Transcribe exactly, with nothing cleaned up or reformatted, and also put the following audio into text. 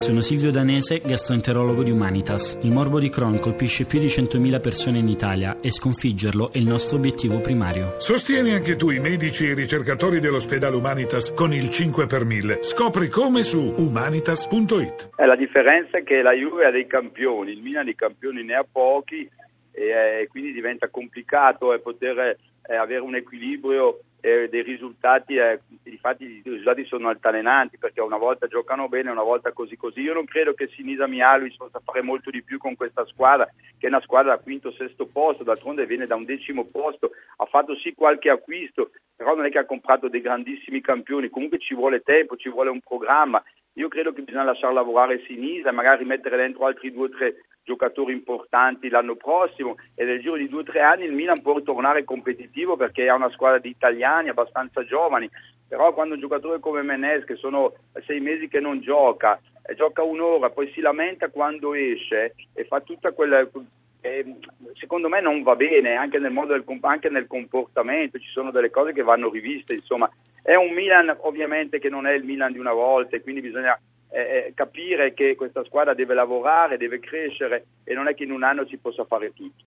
Sono Silvio Danese, gastroenterologo di Humanitas. Il morbo di Crohn colpisce più di centomila persone in Italia e sconfiggerlo è il nostro obiettivo primario. Sostieni anche tu i medici e i ricercatori dell'ospedale Humanitas con il cinque per mille. Scopri come su humanitas punto it. Eh, la differenza è che la Juve ha dei campioni, il Milan di campioni ne ha pochi e eh, quindi diventa complicato eh, poter eh, avere un equilibrio eh, dei risultati. Eh, infatti i risultati sono altalenanti perché una volta giocano bene, una volta così così. Io non credo che Sinisa Mihaljevic possa fare molto di più con questa squadra, che è una squadra da quinto sesto posto, d'altronde viene da un decimo posto, ha fatto sì qualche acquisto, però non è che ha comprato dei grandissimi campioni, comunque ci vuole tempo, ci vuole un programma. Io credo che bisogna lasciare lavorare Sinisa e magari mettere dentro altri due o tre giocatori importanti l'anno prossimo, e nel giro di due o tre anni il Milan può tornare competitivo perché ha una squadra di italiani abbastanza giovani. Però quando un giocatore come Menez, che sono sei mesi che non gioca, eh, gioca un'ora, poi si lamenta quando esce e fa tutta quella... Eh, secondo me non va bene anche nel modo del, anche nel comportamento, ci sono delle cose che vanno riviste. Insomma, è un Milan ovviamente che non è il Milan di una volta e quindi bisogna eh, capire che questa squadra deve lavorare, deve crescere e non è che in un anno si possa fare tutto.